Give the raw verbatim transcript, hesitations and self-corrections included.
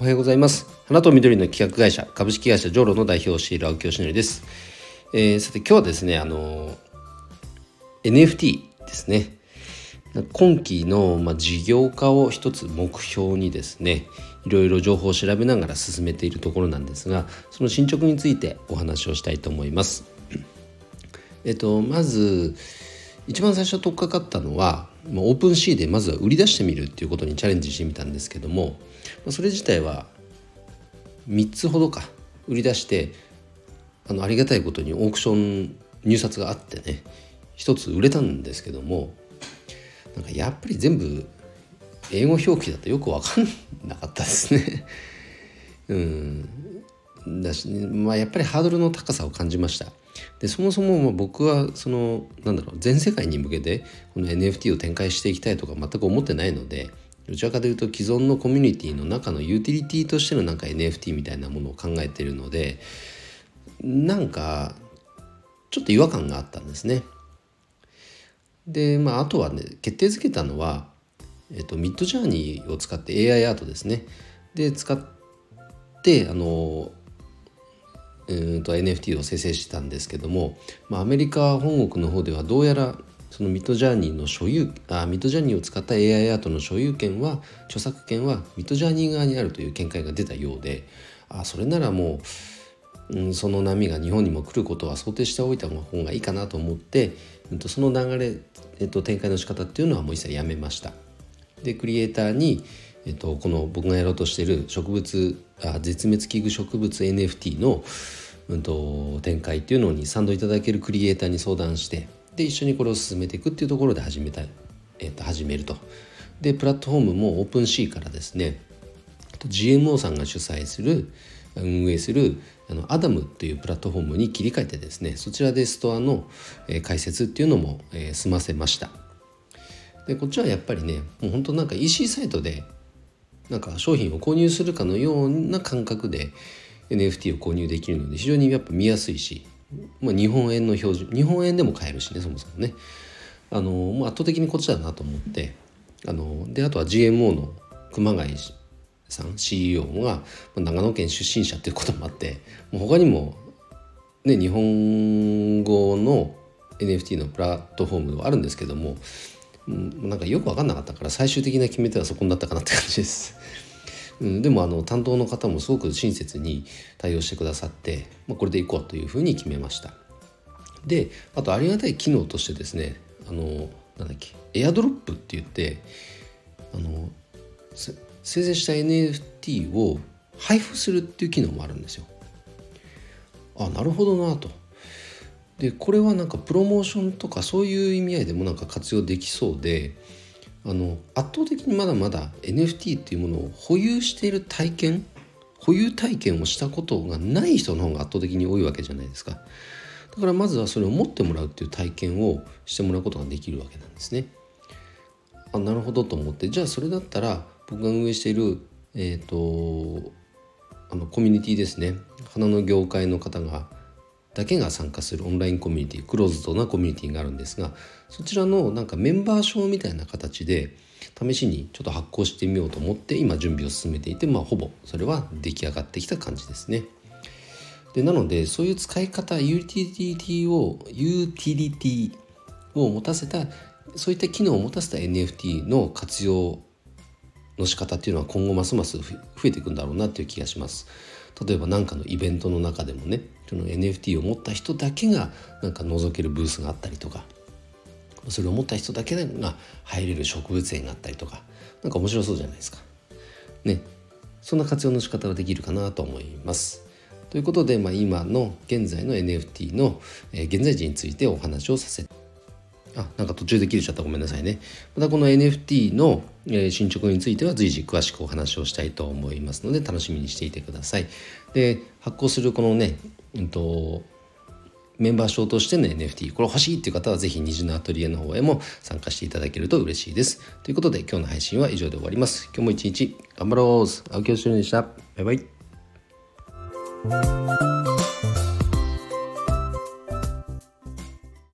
おはようございます。花と緑の企画会社株式会社ジョーロの代表をしている青木よしのりです。えー、さて今日はですねあの エヌエフティー ですね。今期の、まあ、事業化を一つ目標にですねいろいろ情報を調べながら進めているところなんですが、その進捗についてお話をしたいと思います。えっとまず一番最初取っかかったのはオープンシーでまずは売り出してみるっていうことにチャレンジしてみたんですけども、それ自体はみっつほどか売り出して、あのありがたいことにオークション入札があってねひとつ売れたんですけども、なんかやっぱり全部英語表記だとよく分かんなかったですねうんだし、まあ、やっぱりハードルの高さを感じました。でそもそもまあ僕はそのなんだろう全世界に向けてこの エヌエフティー を展開していきたいとか全く思ってないので、どちらかというと既存のコミュニティの中のユーティリティとしてのなんか エヌエフティー みたいなものを考えているので、なんかちょっと違和感があったんですね。で、まあ、あとはね決定づけたのは、えっと、ミッドジャーニーを使って エーアイ アイアートですねで使ってあのうんと エヌエフティー を生成してたんですけども、まあ、アメリカ本国の方ではどうやらそのミッドジャーニーの所有あミッドジャーニーを使った エーアイ アイアートの所有権は著作権はミッドジャーニー側にあるという見解が出たようで、あそれならもう、うん、その波が日本にも来ることは想定しておいた方がいいかなと思って、うん、とその流れ、えっと、展開の仕方っていうのはもう一切やめました。でクリエイターに、えっと、この僕がやろうとしている植物あ絶滅危惧植物 エヌエフティー のうんと展開っていうのに賛同いただけるクリエイターに相談して、で一緒にこれを進めていくっていうところで始めた、えー、と始めると。でプラットフォームもオープンシーからですね ジーエムオー さんが主催する運営するあのアダムっていうプラットフォームに切り替えてですね、そちらでストアの、えー、開設っていうのも、えー、済ませました。でこっちはやっぱりねもう本当なんか イーシー サイトでなんか商品を購入するかのような感覚でエヌエフティー を購入できるので非常にやっぱ見やすいし、まあ、日本円の表示日本円でも買えるしね、そもそもねあのもう圧倒的にこっちだなと思って、あのであとは ジーエムオー の熊谷さん シーイーオー が長野県出身者っていうこともあって、もう他にも、ね、日本語の エヌエフティー のプラットフォームはあるんですけども、なんかよく分かんなかったから最終的な決め手はそこになったかなって感じですうん、でもあの担当の方もすごく親切に対応してくださって、まあ、これでいこうというふうに決めました。であとありがたい機能としてですね、あのなんだっけエアドロップって言ってあの生成した エヌエフティー を配布するっていう機能もあるんですよ。あなるほどなと。でこれはなんかプロモーションとかそういう意味合いでもなんか活用できそうで、あの圧倒的にまだまだ エヌエフティー っていうものを保有している体験保有体験をしたことがない人の方が圧倒的に多いわけじゃないですか。だからまずはそれを持ってもらうっていう体験をしてもらうことができるわけなんですね。あなるほどと思って、じゃあそれだったら僕が運営しているえっとあのコミュニティですね、花の業界の方がだけが参加するオンラインコミュニティ、クローズドなコミュニティがあるんですが、そちらのなんかメンバー証みたいな形で試しにちょっと発行してみようと思って今準備を進めていて、まあほぼそれは出来上がってきた感じですね。でなのでそういう使い方ユーティリティをユーティリティを持たせたそういった機能を持たせた エヌエフティー の活用の仕方っていうのは今後ますます増えていくんだろうなっていう気がします。例えば何かのイベントの中でもね、その エヌエフティー を持った人だけがなんか覗けるブースがあったりとか、それを持った人だけが入れる植物園があったりとか、なんか面白そうじゃないですかね。そんな活用の仕方ができるかなと思います。ということで、まあ、今の現在の エヌエフティー の、えー、現在時についてお話をさせてあ、なんか途中で切れちゃった、ごめんなさいね。またこの エヌエフティー の進捗については随時詳しくお話をしたいと思いますので楽しみにしていてください。で発行するこのね、うんと、メンバー証としての エヌエフティー これ欲しいっていう方はぜひ虹のアトリエの方へも参加していただけると嬉しいです。ということで今日の配信は以上で終わります。今日も一日頑張ろう。青木よしのりでした。バイバイ。